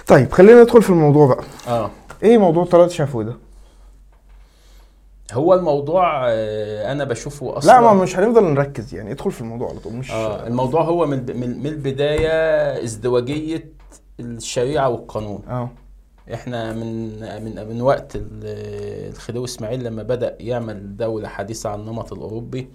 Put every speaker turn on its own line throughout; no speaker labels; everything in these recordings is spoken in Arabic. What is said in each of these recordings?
طيب خلينا ندخل في الموضوع بقى. ايه موضوع طلعت شافوي ده؟
هو الموضوع انا بشوفه اصلا.
لا ما مش هنفضل نركز يعني، ادخل في الموضوع على طول. مش
الموضوع هو من البدايه ازدواجيه الشريعه والقانون. احنا من وقت الخديوي اسماعيل لما بدأ يعمل دولة حديثة عن النمط الأوروبي.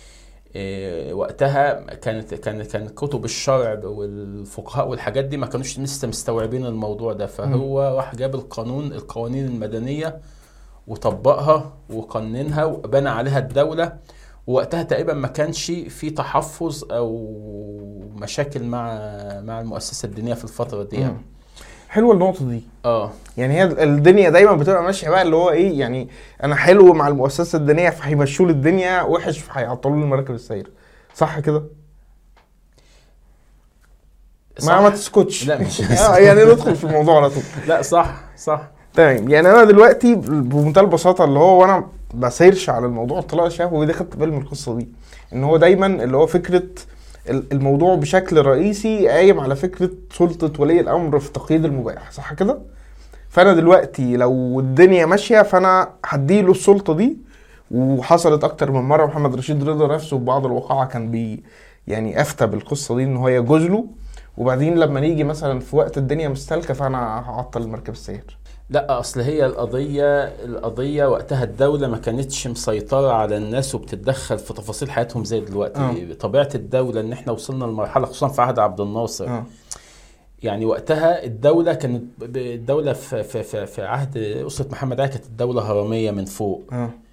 وقتها كان كتب الشرع والفقهاء والحاجات دي ما كانوش لسه مستوعبين الموضوع ده، فهو راح جاب القوانين المدنية وطبقها وقننها وبنى عليها الدولة. ووقتها تقريبا ما كانش في تحفظ او مشاكل مع المؤسسة الدينية في الفترة دي يعني.
حلوه النقطه دي. يعني هي الدنيا دايما بتبقى ماشيه بقى اللي هو ايه يعني، انا حلو مع المؤسسه الدينيه فهيمشوا لي الدنيا، وحش فهيعطلوا لي المراكب السير، صح كده؟ ما تسكتش.
لا مش
يعني ندخل في الموضوع على طول.
لا صح
تمام. يعني انا دلوقتي بمنتهى البساطه اللي هو وانا بسيرش على الموضوع الطلاق الشفوي ده خدت بالي من القصه دي، ان هو دايما اللي هو فكره الموضوع بشكل رئيسي قايم على فكرة سلطة ولي الأمر في تقييد المباح، صح كده؟ فأنا دلوقتي لو الدنيا ماشية فأنا هديله السلطة دي. وحصلت أكتر من مرة، محمد رشيد رضا نفسه ببعض الوقائع كان يعني أفتى بالقصة دي إن هو يجوز له، وبعدين لما نيجي مثلا في وقت الدنيا مستهلكة فأنا هعطل المركب السير.
لا اصل هي القضيه وقتها الدوله ما كانتش مسيطره على الناس وبتتدخل في تفاصيل حياتهم زي دلوقتي. طبيعه الدوله ان احنا وصلنا لمرحله خصوصا في عهد عبد الناصر. يعني وقتها الدوله كانت الدوله في عهد اسره محمد علي كانت الدوله هرميه من فوق.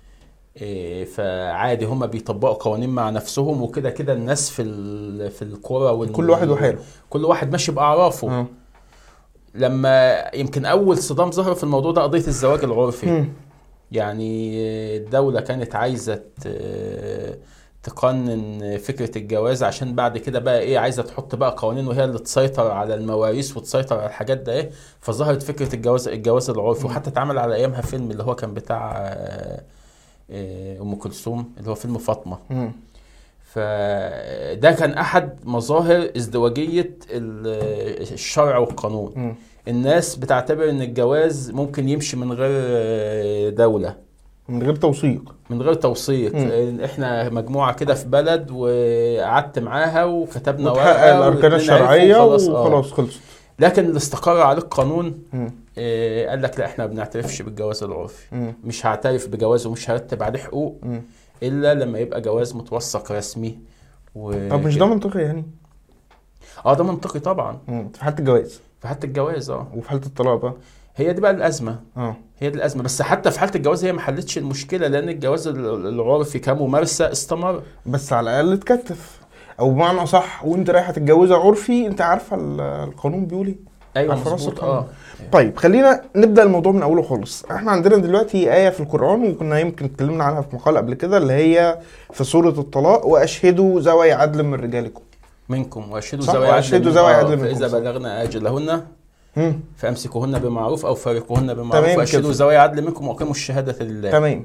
فعادي هم بيطبقوا قوانين مع نفسهم وكده كده الناس في القرى
كل واحد وحاله،
كل واحد ماشي باعرافه. لما يمكن اول صدام ظهر في الموضوع ده قضية الزواج العرفي. يعني الدولة كانت عايزة تقنن فكرة الجواز عشان بعد كده بقى ايه، عايزة تحط بقى قوانين وهي اللي تسيطر على المواريث وتسيطر على الحاجات ده ايه. فظهرت فكرة الجواز العرفي، وحتى اتعمل على ايامها فيلم اللي هو كان بتاع ام كلثوم اللي هو فيلم فاطمة. فده كان احد مظاهر ازدواجية الشرع والقانون. الناس بتعتبر ان الجواز ممكن يمشي من غير دولة،
من غير توثيق.
احنا مجموعة كده في بلد وقعدت معاها وكتبنا
ورقة الاركان الشرعية وخلاص خلصت.
لكن اللي استقر عليه القانون قال لك لا احنا ما بنعترفش بالجواز العرفي. مش هعترف بجواز ومش هرتب عليه حقوق الا لما يبقى جواز متوثق رسمي.
طب مش ده منطقي يعني؟
ده منطقي طبعا.
في حالة الجواز،
وفي
حالة الطلاق بقى
هي دي بقى الازمه. هي دي الازمه. بس حتى في حالة الجواز هي ما حلتش المشكله، لان الجواز العرفي كممارسه استمر،
بس على الاقل اتكتف، او بمعنى صح وانت رايحه تتجوزها عرفي انت عارفه القانون بيقول ايه.
ايوه مظبوط.
طيب خلينا نبدا الموضوع من اوله خالص. احنا عندنا دلوقتي ايه في القران وكنا يمكن اتكلمنا عنها في مقال قبل كده، اللي هي في سوره الطلاق، واشهدوا ذوي عدل من رجالكم
منكم واشهدوا ذوي عدل منكم فاذا بلغنا اجلهن فامسكوهن بمعروف او فارقوهن بمعروف واشهدوا ذوي عدل منكم واقيموا الشهاده لله.
تمام.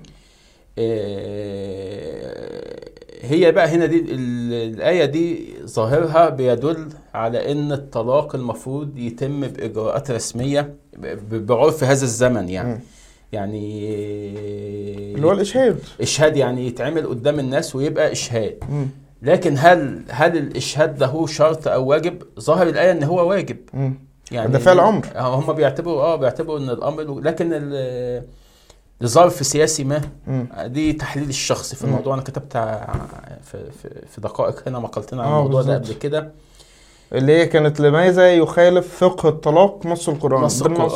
هي بقى هنا دي الآية دي ظاهرها بيدل على ان الطلاق المفروض يتم بإجراءات رسمية بعرف هذا الزمن يعني. يعني
اللي هو الإشهاد
يعني يتعمل قدام الناس ويبقى إشهاد. لكن هل الإشهاد ده هو شرط أو واجب؟ ظاهر الآية ان هو واجب.
يعني ده فعل أمر.
هم بيعتبروا ان الأمر، لكن لظرف سياسي ما. دي تحليل الشخصي في الموضوع. انا كتبت في دقائق هنا مقالتين عن الموضوع ده قبل كده،
اللي هي كانت لماذا يخالف فقه الطلاق نص القرآن.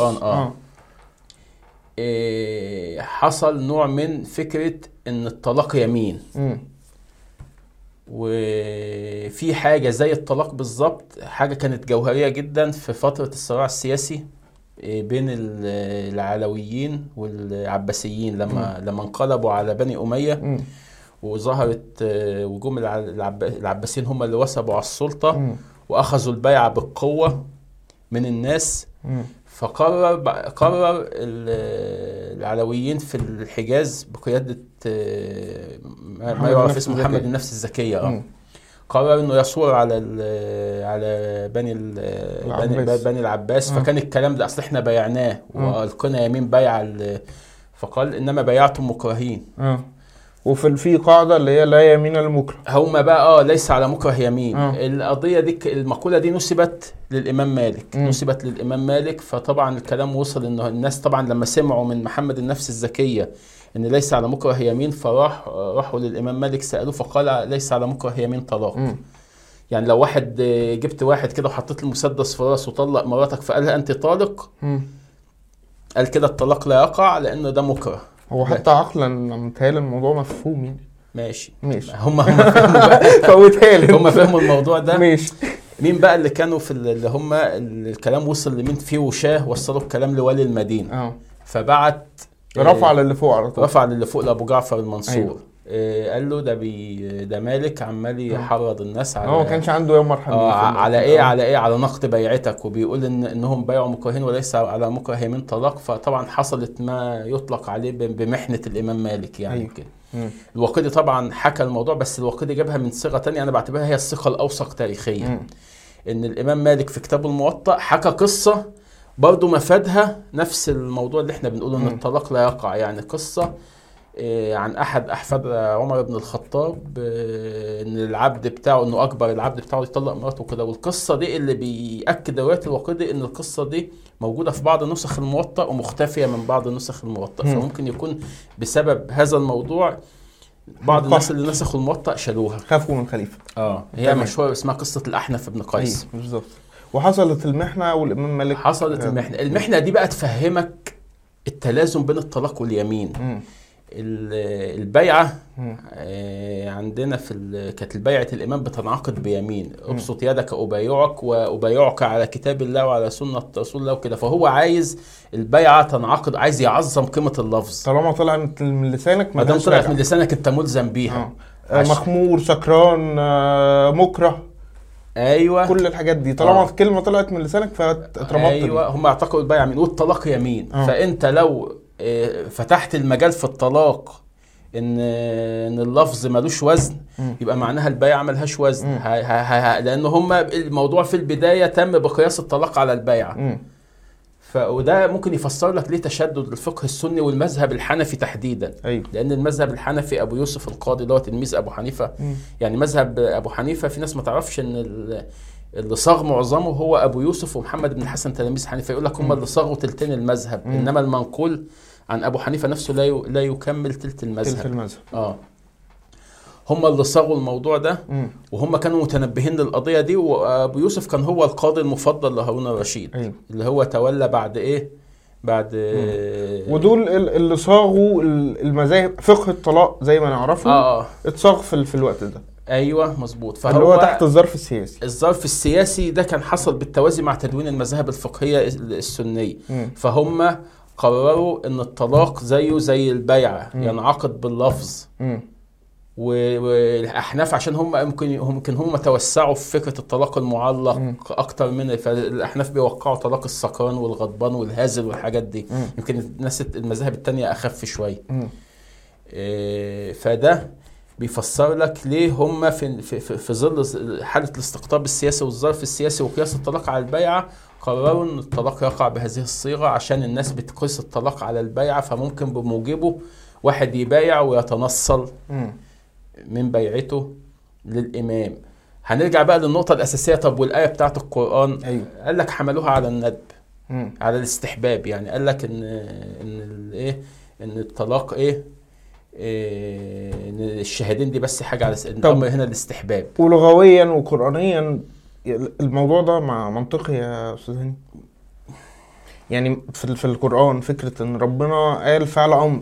حصل نوع من فكرة ان الطلاق يمين. وفي حاجة زي الطلاق بالظبط، حاجة كانت جوهرية جدا في فترة الصراع السياسي بين العلويين والعباسيين لما انقلبوا على بني أمية وظهرت وجوم العباسيين هم اللي وثبوا على السلطة وأخذوا البيعة بالقوة من الناس. قرر العلويين في الحجاز بقيادة ما يعرف اسمه محمد النفس الزكية قرر انه يثور على بني العباس. فكان الكلام ده اصل احنا بيعناه والقنا يمين بيع فقال انما بيعتم مكرهين.
وفي قاعده اللي هي لا يمين المكره،
هما بقى ليس على مكره يمين. القضيه دي المقوله دي نسبت للامام مالك. فطبعا الكلام وصل انه الناس طبعا لما سمعوا من محمد النفس الزكيه ان ليس على مكره يمين، راحوا للامام مالك سالوه فقال ليس على مكره يمين طلاق. يعني لو جبت واحد كده وحطيت المسدس في راسه وطلق مراتك فقال لها انت طالق، قال كده الطلاق لا يقع لانه ده مكره.
هو حتى عقلا متهيألي الموضوع مفهوم يعني.
ماشي.
هم
فهموا الموضوع ده.
ماشي.
مين بقى اللي كانوا في اللي هم الكلام وصل لمين فيه وشاه وصلوا الكلام لولي المدينة. فبعت
رفع للي فوق على طول،
رفع للي فوق لأبو جعفر المنصور. قال له ده مالك عمال يحرض الناس على
ما كانش عنده يوم مرحبا
على نقد بيعتك، وبيقول انهم بيعوا مكرهين وليس على مكره يمين طلاق. فطبعا حصلت ما يطلق عليه بمحنة الامام مالك يعني. كده الواقدي طبعا حكى الموضوع، بس الواقدي جابها من صيغة تانية انا بعتبرها هي الصيغة الاوثق تاريخيا. ان الامام مالك في كتابه الموطأ حكى قصة برضو مفادها نفس الموضوع اللي احنا بنقوله ان الطلاق لا يقع. يعني قصة عن احد احفاد عمر بن الخطاب ان العبد بتاعه انه اكبر العبد بتاعه يطلق مراته كده. والقصه دي اللي بيأكد روايه الواقدي ان القصه دي موجوده في بعض نسخ الموطأ ومختفيه من بعض نسخ الموطأ. فممكن يكون بسبب هذا الموضوع بعض الناس اللي نسخوا الموطأ شالوها،
خافوا من خليفه.
هي مشهوره اسمها قصه الاحنف بن قيس.
بالظبط. وحصلت المحنه والامام مالك
حصلت المحنه دي بقى تفهمك التلازم بين الطلاق واليمين. البيعة عندنا كانت البيعة الإمام بتنعقد بيمين. ابسط يدك أبايعك وأبايعك على كتاب الله وعلى سنة رسول الله وكده. فهو عايز البيعة تنعقد، عايز يعظم قيمة اللفظ.
طالما طلعت من لسانك
ما دام طلعت من لسانك أنت ملزم بيها.
مخمور، سكران، مكره،
ايوه
كل الحاجات دي طالما كلمة طلعت من لسانك فاتربطت.
ايوه هم اعتقدوا البيعة يمين والطلاق يمين. فأنت لو فتحت المجال في الطلاق ان اللفظ ملوش وزن، يبقى معناها البيعة ملهاش وزن. لان هم الموضوع في البداية تم بقياس الطلاق على البيعة. وده ممكن يفسر لك ليه تشدد الفقه السني والمذهب الحنفي تحديدا. لان المذهب الحنفي ابو يوسف القاضي اللي هو تلميذ ابو حنيفة. يعني مذهب ابو حنيفة في ناس ما تعرفش ان اللي صاغ معظمه هو ابو يوسف ومحمد بن الحسن تلاميذ حنيفة. يقول لك هم اللي صاغوا تلتين المذهب، انما المنقول عن ابو حنيفة نفسه لا يكمل تلت المذهب. هم اللي صاغوا الموضوع ده. وهم كانوا متنبهين للقضية دي. وابو يوسف كان هو القاضي المفضل لهارون الرشيد. اللي هو تولى بعد
ودول اللي صاغوا المذاهب. فقه الطلاق زي ما نعرفه اتصاغ في الوقت ده.
ايوه مظبوط.
فهو تحت الظرف السياسي.
الظرف السياسي ده كان حصل بالتوازي مع تدوين المذاهب الفقهية السنية. فهم قرروا ان الطلاق زي البيعة ينعقد باللفظ. والاحناف عشان هم ممكن هم توسعوا في فكرة الطلاق المعلق اكتر من فالاحناف بيوقعوا طلاق السكران والغضبان والهازل والحاجات دي. يمكن الناس المذاهب التانية اخف شوية. فده بيفسر لك ليه هم في ظل حالة الاستقطاب السياسي والظرف السياسي وقياس الطلاق على البيعة قرروا ان الطلاق يقع بهذه الصيغة، عشان الناس بتقيس الطلاق على البيعة. فممكن بموجبه واحد يبايع ويتنصل من بيعته للإمام. هنرجع بقى للنقطة الأساسية. طب والآية بتاعت القرآن قال لك حملوها على الندب، على الاستحباب. يعني قال لك ان الطلاق ان الشهادين دي بس حاجة على الأمر هنا الاستحباب.
ولغويا وقرآنيا الموضوع ده منطقي يا أستاذ هاني؟ يعني في القرآن فكرة ان ربنا قال فعل أمر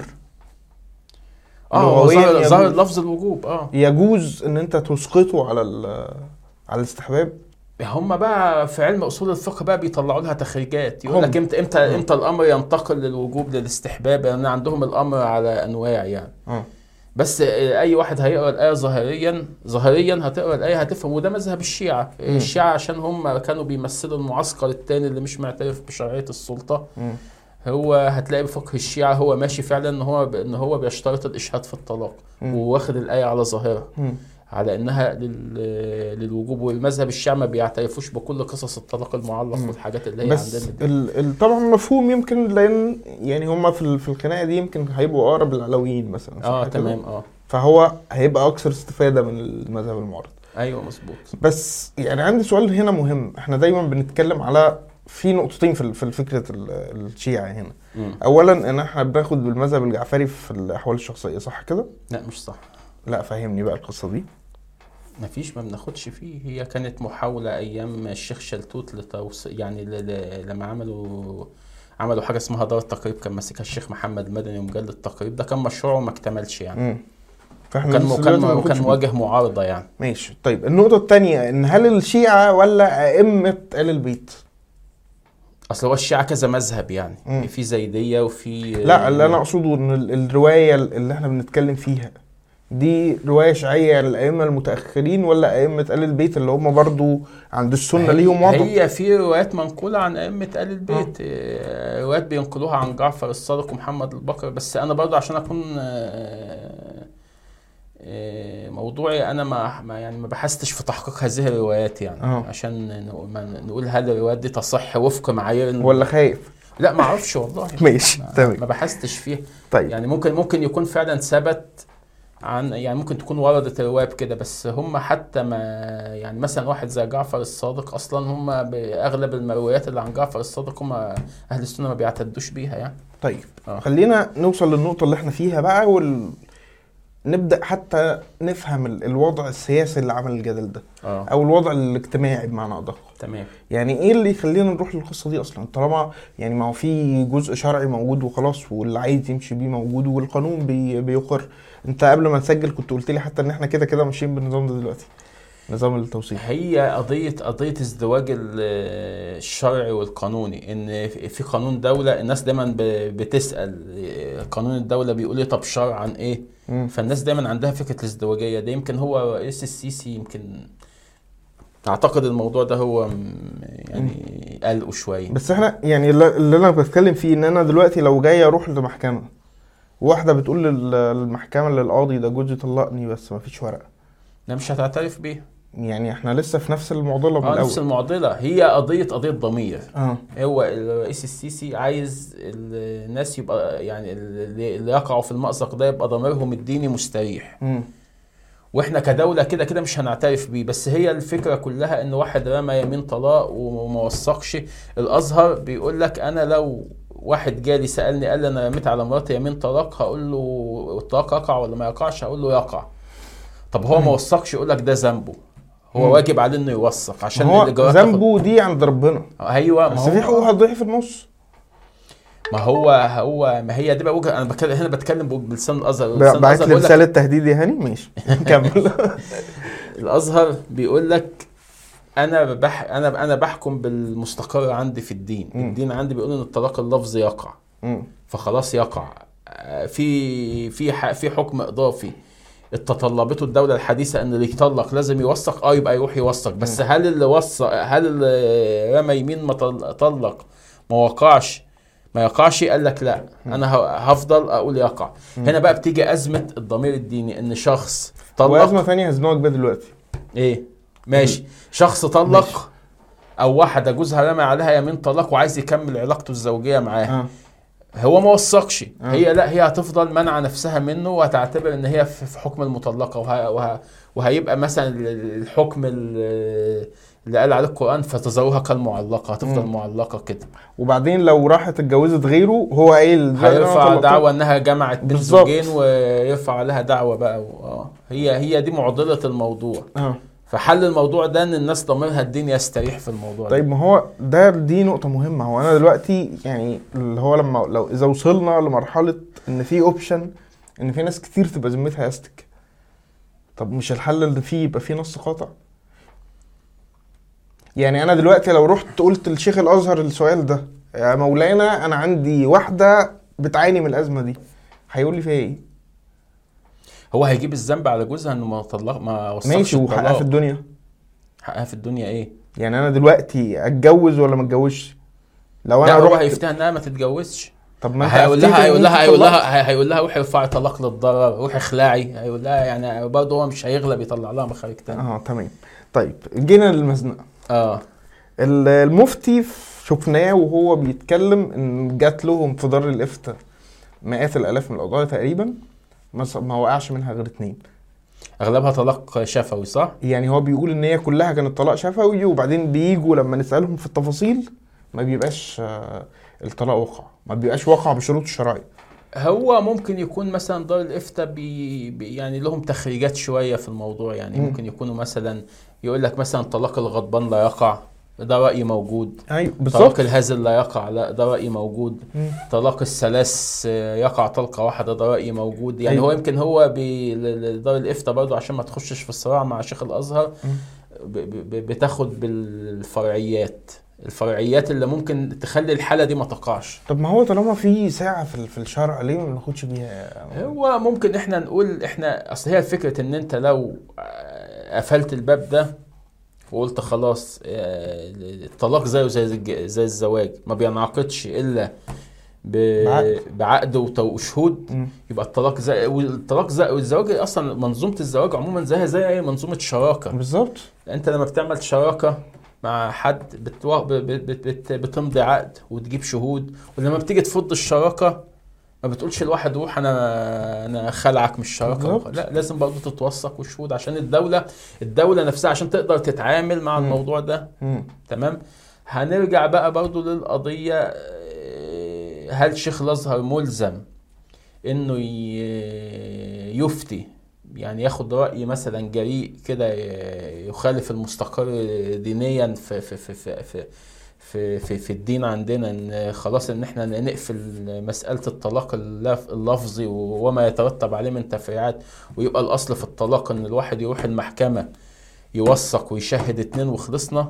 ظهر لفظ الوجوب.
يجوز ان انت تسقطه على الاستحباب.
هم بقى في علم اصول الفقه بقى بيطلعوا لها تخريجات. يقول لك امتى الامر ينتقل للوجوب للاستحباب. لان يعني عندهم الامر على انواع يعني. بس اي واحد هيقرا الايه ظاهريا هتقرا الايه هتفهم. وده مذهب الشيعة. الشيعة عشان هم كانوا بيمثلوا المعسكر الثاني اللي مش معترف بشرعية السلطة. هو هتلاقي بفقه الشيعة هو ماشي فعلا ان هو بيشترط الاشهاد في الطلاق وواخد الايه على ظاهرها. على انها للوجوب، والمذهب الشيعي ما بيعترفوش بكل قصص الطلاق المعلق والحاجات اللي هي
بس
عندنا.
طبعا مفهوم، يمكن لان يعني هم في الخناقه دي يمكن هيبقوا اقرب للعلويين مثلا، صح كده؟
تمام.
فهو هيبقى اكثر استفاده من المذهب المعارض.
ايوه مظبوط.
بس يعني عندي سؤال هنا مهم. احنا دايما بنتكلم على في نقطتين في فكره الشيعة هنا. اولا ان احنا بناخد بالمذهب الجعفري في الاحوال الشخصيه، صح كده؟
لا مش صح. لا
فهمني بقى القصه دي.
ما بناخدش فيه. هي كانت محاولة ايام الشيخ شلتوت يعني لما عملوا حاجة اسمها دار التقريب، كان ماسكها الشيخ محمد مدني ومجلة التقريب، ده كان مشروع وما اكتملش يعني. وكان مواجه معارضة يعني.
ماشي. طيب النقطة الثانية، ان هل الشيعة ولا ائمة آل البيت؟
اصل هو الشيعة كذا مذهب يعني. في زيدية وفي
لا، اللي انا اقصده ان الرواية اللي احنا بنتكلم فيها دي رواية شيعية للأئمة المتأخرين ولا أئمة آل البيت اللي هم برضو عند السنة ليهم وضع؟
هي في روايات منقولة عن أئمة آل البيت. روايات بينقلوها عن جعفر الصادق ومحمد الباقر. بس أنا برضو عشان أكون موضوعي، أنا ما بحثتش في تحقيق هذه الروايات يعني. عشان نقول هل الروايات دي تصح وفق معايير
ولا خايف؟
لا ما أعرفش والله.
ماشي تمام.
ما بحثتش فيه.
طيب
يعني ممكن يكون فعلا ثبت عن، يعني ممكن تكون وردت الرواية كده، بس هم حتى ما يعني مثلا واحد زي جعفر الصادق اصلا هم باغلب المرويات اللي عن جعفر الصادق هم اهل السنة ما بيعتدوش بيها يعني.
طيب خلينا نوصل للنقطة اللي احنا فيها بقى، نبدأ حتى نفهم الوضع السياسي اللي عمل الجدل ده. او الوضع الاجتماعي بمعنى ادق.
تمام.
يعني ايه اللي يخلينا نروح للقصة دي اصلا، طالما يعني ما هو في جزء شرعي موجود وخلاص، واللي عايز يمشي بيه موجود، والقانون بيقر. انت قبل ما نسجل كنت قلت لي حتى ان احنا كده ماشيين بالنظام ده دلوقتي، نظام التوصيل.
هي قضية ازدواج الشرعي والقانوني، ان في قانون دولة. الناس دايما بتسأل قانون الدولة بيقول ايه، طب شرعا ايه؟ فالناس دايما عندها فكرة الازدواجية ده. يمكن هو رئيس السيسي يمكن اعتقد الموضوع ده هو يعني قلقه شوية.
بس احنا يعني اللي انا بتكلم فيه ان انا دلوقتي لو جاي اروح لمحكمة، واحدة بتقول للمحكمة للقاضي ده جوزي طلقني بس ما فيش ورقة،
لا مش هتعترف بيه.
يعني احنا لسه في نفس المعضلة من الأول.
نفس المعضلة. هي قضية ضمير. هو الرئيس السيسي عايز الناس يبقى يعني اللي يقعوا في المأزق ده يبقى ضميرهم الديني مستريح. واحنا كدولة كده مش هنعترف بيه. بس هي الفكرة كلها ان واحد رمى يمين طلاق وما وثقش. الازهر بيقول لك انا لو واحد جالي سألني قال لي انا رميت على مراتي يمين طلاق، هقول له الطلاق يقع ولا ما يقعش؟ هقول له يقع. طب هو ما وثقش، يقول لك ده ذنبه. هو واجب عليه انه يوثق عشان
الاجراءات ذنبه دي عند ربنا.
ايوه،
بس في حقوق هتضيع في النص.
ما هي دي بقى وجهه. انا هنا بتكلم بلسان الازهر.
بعت لي رساله تهديد يا هاني. ماشي كمل.
الازهر بيقول لك انا بحكم بالمستقر عندي في الدين. الدين عندي بيقول ان الطلاق اللفظي يقع. فخلاص يقع. في حكم اضافي اتطلبته الدولة الحديثة ان اللي يطلق لازم يوثق. يبقى يروح يوثق. بس هل اللي رمى يمين ما طلق ما يقعش؟ قال لك لا، انا هفضل اقول يقع. هنا بقى بتيجي ازمة الضمير الديني، ان شخص طلق.
وازمة ثانية هزنوك بها دلوقتي.
ايه ماشي. شخص طلق او واحدة جوزها رمى عليها يمين طلاق وعايز يكمل علاقته الزوجية معاها. هو ما وثقش. هي هتفضل منع نفسها منه، وهتعتبر ان هي في حكم المطلقة. وهيبقى مثلا الحكم اللي قال عليه القرآن فتزوجها كالمعلقة. هتفضل معلقة كده.
وبعدين لو راحت اتجوزت غيره، هو قايل
هيرفع دعوة انها جمعت بين زوجين، ويرفع لها دعوة بقى. هي دي معضلة الموضوع. فحل الموضوع ده ان الناس ضميرها الدين يستريح في الموضوع.
طيب ما هو دي نقطة مهمة. هو انا دلوقتي يعني اللي هو لو اذا وصلنا لمرحلة ان في اوبشن ان في ناس كتير تبقى ذمتها يستك، طب مش الحل اللي فيه يبقى فيه نص قاطع؟ يعني انا دلوقتي لو رحت قلت للشيخ الازهر السؤال ده، يا مولانا انا عندي واحدة بتعاني من الازمة دي، هيقول لي فيها ايه؟
هو هيجيب الذنب على جوزها انه ما وثقش.
ماشي. وحقها في الدنيا.
حقها في الدنيا ايه؟
يعني انا دلوقتي اتجوز ولا ما اتجوزش؟
لو انا هو هيفتها انها ما تتجوزش.
طب ما انت
هيقول
أفتيت إن أنت طلقت.
هيقول لها روحي ارفعي طلاق للضرر، روحي اخلعي، هيقول لها يعني برضه هو مش هيغلب يطلع لها مخارج تاني.
تمام. طيب جينا للمزنقه. المفتي شفناه وهو بيتكلم ان جات لهم في دار الافتاء مئات الالاف من القضايا تقريبا، ما وقعش منها غير 2.
اغلبها طلاق شفوي صح؟
يعني هو بيقول ان هي كلها كانت طلاق شفوي، وبعدين بييجوا لما نسألهم في التفاصيل ما بيبقاش الطلاق وقع، ما بيبقاش وقع بشروط الشرعية.
هو ممكن يكون مثلا دار الافتاء يعني لهم تخريجات شوية في الموضوع، يعني ممكن يكونوا مثلا يقول لك مثلا طلاق الغضبان لا يقع، ده رأي موجود.
ايوه بالظبط.
طلاق الهزل لا يقع، لا ده رأي موجود. طلاق الثلاث يقع طلقة واحدة، ده رأي موجود. يعني
أيوة.
هو يمكن هو دار الافتاء برضه عشان ما تخشش في الصراع مع شيخ الازهر بتاخد الفرعيات اللي ممكن تخلي الحالة دي ما تقعش.
طب ما هو طالما في ساعة في الشرع ليه ما ناخدش بيها؟
هو ممكن احنا نقول اصل هي الفكرة ان انت لو قفلت الباب ده وقلت خلاص الطلاق زيه زي الزواج ما بينعقدش الا بعقد وشهود، يبقى الطلاق زي والزواج اصلا منظومة الزواج عموما زيها زي منظومة شراكة
بالظبط.
انت لما بتعمل شراكة مع حد بتمضي عقد وتجيب شهود، ولما بتيجي تفض الشراكة ما بتقولش الواحد روح انا خلعك من الشراكة، لا لازم برضه تتوثق وشهود عشان الدولة نفسها عشان تقدر تتعامل مع الموضوع ده. تمام. هنرجع بقى برضه للقضية، هل شيخ الازهر ملزم انه يفتي يعني ياخد رأي مثلا جريء كده يخالف المستقر دينيا في الدين عندنا، ان خلاص ان احنا نقفل مسألة الطلاق اللفظي وما يترتب عليه من تفريعات، ويبقى الاصل في الطلاق ان الواحد يروح المحكمة يوثق ويشهد 2 وخلصنا؟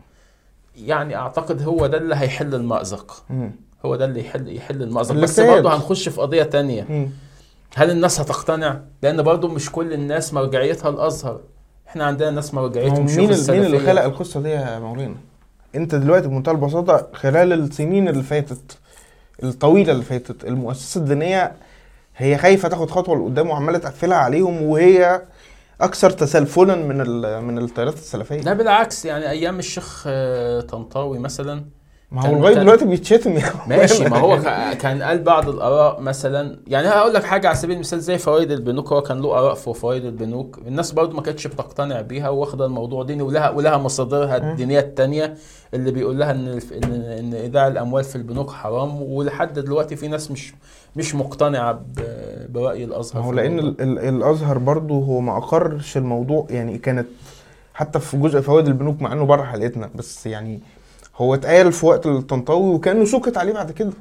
يعني اعتقد هو ده اللي هيحل المأزق، هو ده اللي يحل المأزق. بس برضه هنخش في قضية تانية، هل الناس هتقتنع؟ لان برضه مش كل الناس مرجعيتها الازهر، احنا عندنا ناس مرجعيتهم شيوخ السلفية.
مين اللي خلق القصة دي يا مولانا؟ انت دلوقتي بمنتهى البساطة خلال السنين اللي فاتت الطويلة اللي فاتت المؤسسة الدينية هي خايفة تاخد خطوة لقدام وعمالة تقفلها عليهم، وهي اكثر تسلفلا من التيارات السلفية.
لا بالعكس، يعني ايام الشيخ طنطاوي مثلا
ما هو لغايه دلوقتي بيتشتم
ماشي. ما هو كان قال بعض الاراء مثلا، يعني هقول لك حاجه على سبيل المثال زي فوائد البنوك، هو كان له اراء في فوائد البنوك، الناس برضو ما كانتش بتقتنع بيها واخده الموضوع ديني، ولها مصادرها الدينيه الثانيه اللي بيقول لها ان ايداع الاموال في البنوك حرام، ولحد دلوقتي في ناس مش مقتنعه براي الازهر.
هو لان الازهر برضو هو ما اقرش الموضوع، يعني كانت حتى في جزء فوائد البنوك مع انه بره حلقتنا، بس يعني هو اتقال في وقت الطنطاوي وكانه سكت عليه بعد كده،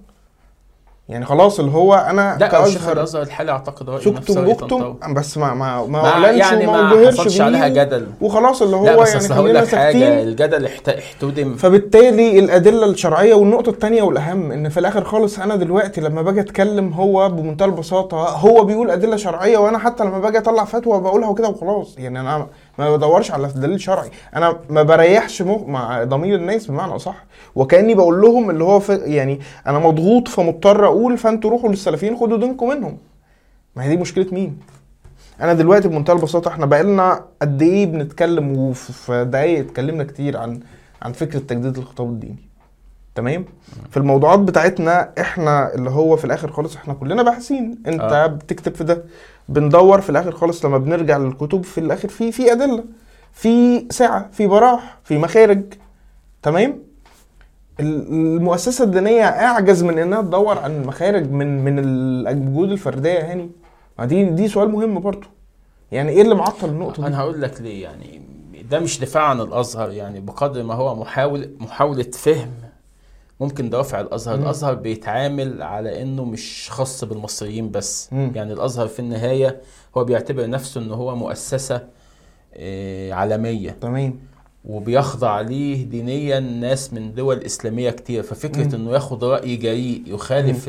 يعني خلاص اللي هو انا
كأزهر الازهر الحالي اعتقد رايه نفسه
بكتم بس ما اعلنش
يعني ما حصلش عليها جدل
وخلاص اللي هو
لا بس
يعني
هقول لك حاجه، الجدل احتدم.
فبالتالي الادله الشرعيه. والنقطه الثانيه والاهم ان في الاخر خالص انا دلوقتي لما باجي اتكلم هو بمنتهى البساطه هو بيقول ادله شرعيه، وانا حتى لما باجي اطلع فتوى بقولها وكده وخلاص، يعني انا ما بدورش على دليل شرعي، انا ما بريحش مع ضمير الناس بمعنى اصح، وكاني بقول لهم اللي هو يعني انا مضغوط فمضطر اقول، فانتوا روحوا للسلفيين خدوا دينكم منهم. ما هي دي مشكله مين؟ انا دلوقتي بمنتهى البساطه احنا بقالنا قد ايه بنتكلم، وفي دقايق اتكلمنا كتير عن فكره تجديد الخطاب الديني. تمام. في الموضوعات بتاعتنا احنا اللي هو في الاخر خالص احنا كلنا باحثين، انت بتكتب في ده، بندور في الاخر خالص لما بنرجع للكتب في الاخر في ادله، في سعه، في براح، في مخارج. تمام. المؤسسه الدينيه اعجز من انها تدور عن المخارج من الجهود الفرديه، يعني دي سؤال مهم برضو، يعني ايه اللي معطل النقطه دي؟
انا هقول لك ليه. يعني ده مش دفاع عن الازهر، يعني بقدر ما هو محاوله فهم ممكن دوافع الازهر. الازهر بيتعامل على انه مش خاص بالمصريين بس. يعني الازهر في النهايه هو بيعتبر نفسه انه هو مؤسسه عالمييه.
تمام.
وبيخضع ليه دينيا ناس من دول اسلاميه كتير، ففكره انه ياخد راي جريء يخالف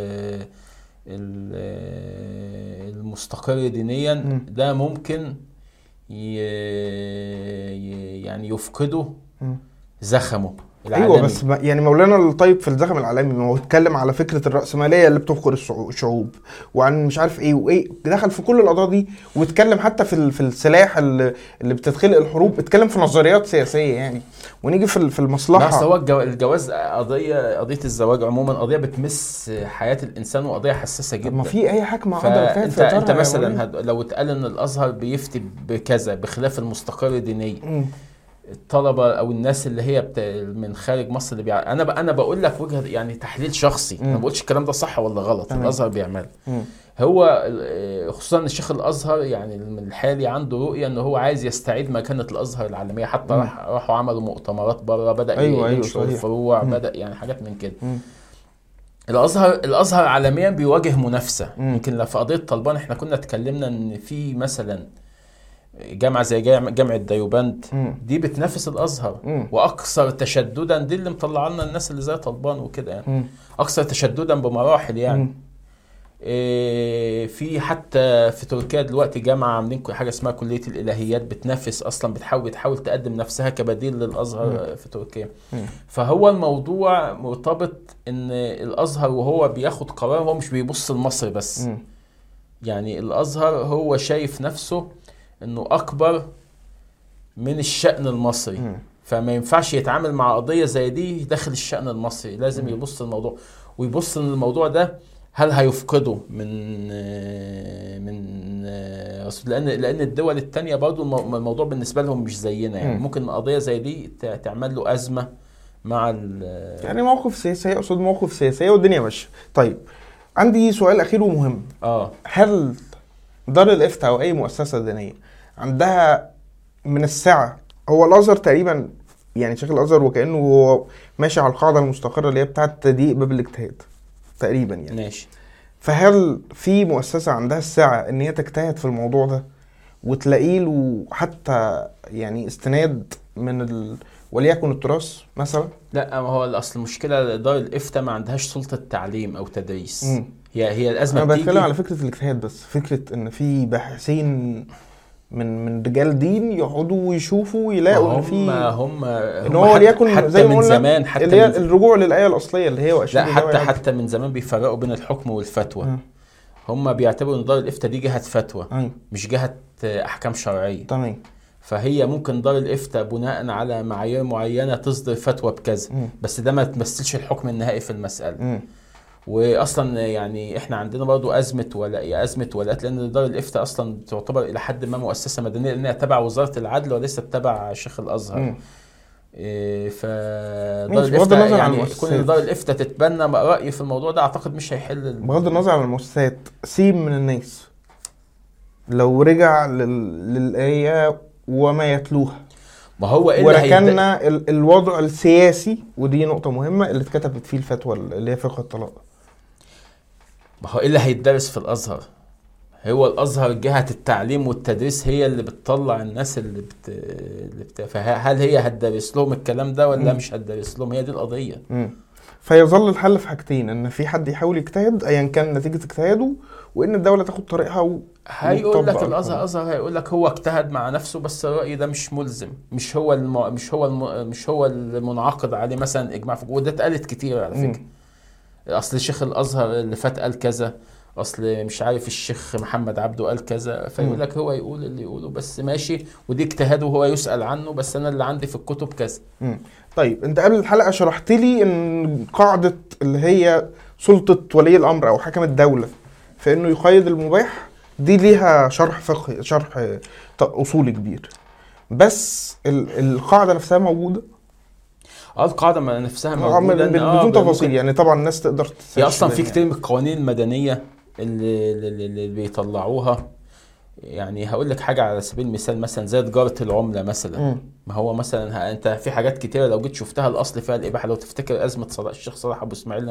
المستقر دينيا ده ممكن يعني يفقده زخمه. العالمي.
ايوه بس يعني مولانا الطيب في الزخم العالمي ما هو اتكلم على فكره الراسماليه اللي بتفقر الشعوب، وعن مش عارف ايه وايه، دخل في كل القضايا دي، واتكلم حتى في السلاح اللي بتتخلق الحروب، اتكلم في نظريات سياسيه يعني. ونيجي في المصلحه.
بس هو الجواز قضيه الزواج عموما قضيه بتمس حياه الانسان وقضيه حساسه جدا.
ما في اي حكمه قادره
انت مثلا لو اتقال ان الازهر بيفتي بكذا بخلاف المستقر دينيا، الطلبه او الناس اللي هي من خارج مصر اللي انا بقول لك وجهه يعني تحليل شخصي، ما بقولش الكلام ده صح ولا غلط. الازهر بيعمل هو خصوصا الشيخ الازهر يعني من الحالي عنده رؤيه ان هو عايز يستعيد مكانه الازهر العالميه، حتى راحوا عملوا مؤتمرات بره، بدا ينشر الفروع، بدا يعني حاجات من كده. الازهر عالميا بيواجه منافسه. يمكن في قضيه طلبان احنا كنا اتكلمنا ان في مثلا جامعه زي جامعه ديوبند دي بتنافس الازهر واكثر تشددا، دي اللي مطلع لنا الناس اللي زي طلبان وكده يعني اكثر تشددا بمراحل يعني. في حتى في تركيا دلوقتي جامعه عاملين حاجه اسمها كليه الالهيات بتنافس اصلا، بتحاول تقدم نفسها كبديل للازهر في تركيا. فهو الموضوع مرتبط ان الازهر وهو بياخد قرار هو مش بيبص لمصر بس. يعني الازهر هو شايف نفسه انه اكبر من الشأن المصري، فما ينفعش يتعامل مع قضية زي دي داخل الشأن المصري، لازم يبص الموضوع ويبص ان الموضوع ده هل هيفقده من لان الدول التانية برضو الموضوع بالنسبة لهم مش زينا يعني. ممكن قضية زي دي تعمل له أزمة مع
يعني موقف سياسي، اقصد موقف سياسي والدنيا ماشية. طيب عندي سؤال اخير ومهم. هل دار الافتاء او اي مؤسسة دينية عندها من السعة، هو الازهر تقريبا يعني شيخ الازهر وكأنه هو ماشي على القاعدة المستقرة اللي هي بتاعت تضييق باب الاجتهاد تقريبا يعني.
ماشي.
فهل في مؤسسة عندها السعة ان هي تجتهد في الموضوع ده وتلاقي له حتى يعني استناد من وليكن التراث مثلا؟
لا، ما هو الاصل المشكلة دار الافتاء ما عندهاش سلطة تعليم او تدريس. هي الازمة
انا بتكلم على فكرة الاجتهاد بس، فكرة ان في باحثين من رجال دين يقعدوا ويشوفوا ويلاقوا ان في
ان
هو وليكن
حتى
زي ما
من
قلنا
زمان، حتى
اللي هي الرجوع للآية الأصلية اللي هي وأشهد.
لا، حتى من زمان بيفرقوا بين الحكم والفتوى. هم بيعتبروا ان دار الافتاء دي جهة فتوى مش جهة احكام شرعية.
تمام.
فهي ممكن دار الافتاء بناء على معايير معينة تصدر فتوى بكذا، بس ده ما تمثلش الحكم النهائي في المسألة. واصلا يعني احنا عندنا برضو ازمه ولاءات، لان دار الافتاء اصلا تعتبر الى حد ما مؤسسه مدنيه لانها تبع وزاره العدل وليس تبع شيخ الازهر. فدار الافتاء يعني كون دار الافتاء تتبنى راي في الموضوع ده اعتقد مش هيحل
بغض النظر عن المؤسسات. سيب من الناس لو رجع للايه وما يتلوها،
ما هو
وركننا الوضع السياسي، ودي نقطه مهمه اللي اتكتبت فيه الفتوى اللي هي فقه الطلاق.
ما هو اللي هيتدرس في الازهر؟ هو الازهر جهه التعليم والتدريس هي اللي بتطلع الناس اللي هل هي هتدرس لهم الكلام ده ولا مش هتدرس لهم؟ هي دي القضيه.
فيظل الحل في حاجتين، ان في حد يحاول يجتهد ايا كان نتيجه اجتهاده، وان الدوله تاخد طريقها
هيقول لك الازهر هيقول لك هو اجتهد مع نفسه، بس الراي ده مش ملزم، مش هو المنعقد عليه مثلا اجماع وده اتقالت كتير على فكره. اصل شيخ الازهر اللي فات قال كذا، اصل مش عارف الشيخ محمد عبده قال كذا، فيقول لك هو يقول اللي يقوله بس ماشي، ودي اجتهاده وهو يسأل عنه، بس انا اللي عندي في الكتب كذا.
طيب انت قبل الحلقة شرحت لي ان قاعدة اللي هي سلطة ولي الامر او حاكم الدولة في انه يقيد المباح دي ليها شرح فقهي، شرح اصولي كبير، بس القاعدة نفسها موجودة.
القاعدة نفسها موجودة
بدون تفاصيل يعني. طبعا الناس تقدر
هي اصلا في كتير من القوانين المدنية اللي بيطلعوها. يعني هقول لك حاجة على سبيل المثال، مثلا زي تجارة العملة مثلا. ما هو مثلا انت في حاجات كتيرة لو جيت شفتها الاصل فيها الاباحة. لو تفتكر ازمة الشيخ صلاح ابو اسماعيل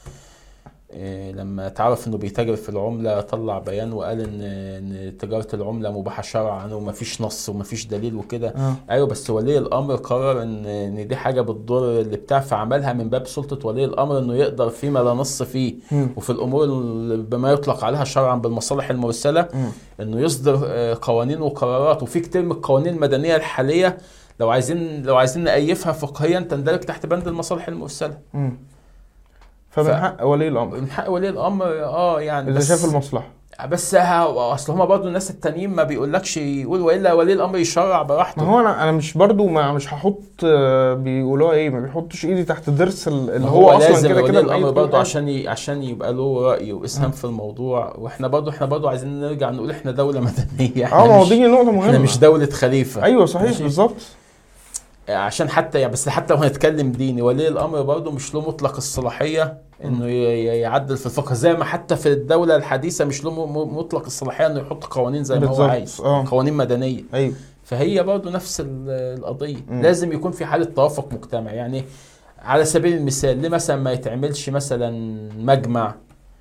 لما تعرف انه بيتاجر في العملة طلع بيان وقال ان تجارة العملة مباحة شرعا ومفيش نص ومفيش دليل وكده. ايوه بس ولي الامر قرر ان دي حاجة بتضر اللي بتاع، فعملها من باب سلطة ولي الامر انه يقدر فيما لا نص فيه وفي الامور بما يطلق عليها شرعا بالمصالح المرسلة انه يصدر قوانين وقرارات. وفي كتير من القوانين المدنية الحالية لو عايزين نأيفها فقهيا تندرج تحت بند المصالح المرسله.
فمن حق ولي الامر،
من حق ولي الامر يعني
اذا شاف المصلحه.
بس اصل هما برضو الناس التانيين ما بيقولكش يقول والا ولي الامر يشرع براحته.
ما هو انا مش برضو مش هحط بيقولوا ايه، ما بيحطش ايدي تحت ضرس اللي
هو
اصلا كده
ولي الامر برضو عشان يبقى له راي واسهام في الموضوع. واحنا برضو عايزين نرجع نقول احنا دوله مدنيه،
ما هو دي نقطه مهمه،
احنا مش دوله خليفه.
ايوه صحيح بالظبط.
عشان حتى يعني بس حتى لو هنتكلم ديني، ولي الامر برضه مش له مطلق الصلاحيه انه يعدل في الفقه، زي ما حتى في الدوله الحديثه مش له مطلق الصلاحيه انه يحط قوانين زي ما هو عايز، قوانين مدنيه.
ايوه.
فهي برضه نفس القضيه. لازم يكون في حاله توافق مجتمعي. يعني على سبيل المثال ليه مثلا ما يتعملش مثلا مجمع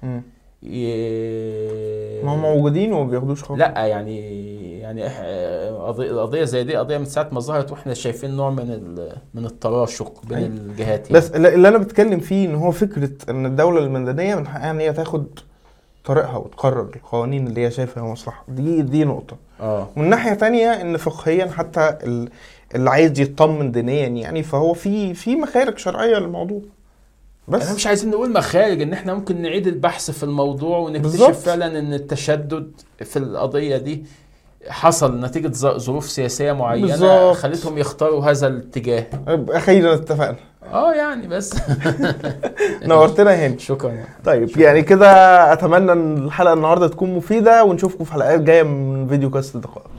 ما هم موجودين وما بياخدوش خالص.
لا يعني القضيه زي دي قضيه من ساعه ما ظهرت واحنا شايفين نوع من التراشق بين الجهات.
بس اللي انا بتكلم فيه ان هو فكره ان الدوله المدنيه من حقها ان هي تاخد طريقها وتقرر القوانين اللي هي شايفها مصلحه. دي نقطه. ومن ناحيه تانية ان فقهيا حتى اللي عايز يطمن دينيا يعني فهو في مخارج شرعيه للموضوع.
بس احنا مش عايزين نقول مخارج، ان احنا ممكن نعيد البحث في الموضوع ونكتشف فعلا ان التشدد في القضية دي حصل نتيجة ظروف سياسية معينة خلتهم يختاروا هذا الاتجاه.
اخيرا اتفقنا.
يعني بس
نورتنا هاني.
شكرا.
طيب يعني كده اتمنى ان الحلقة النهاردة تكون مفيدة، ونشوفكم في حلقات جاية من فيديو كاست دقائق.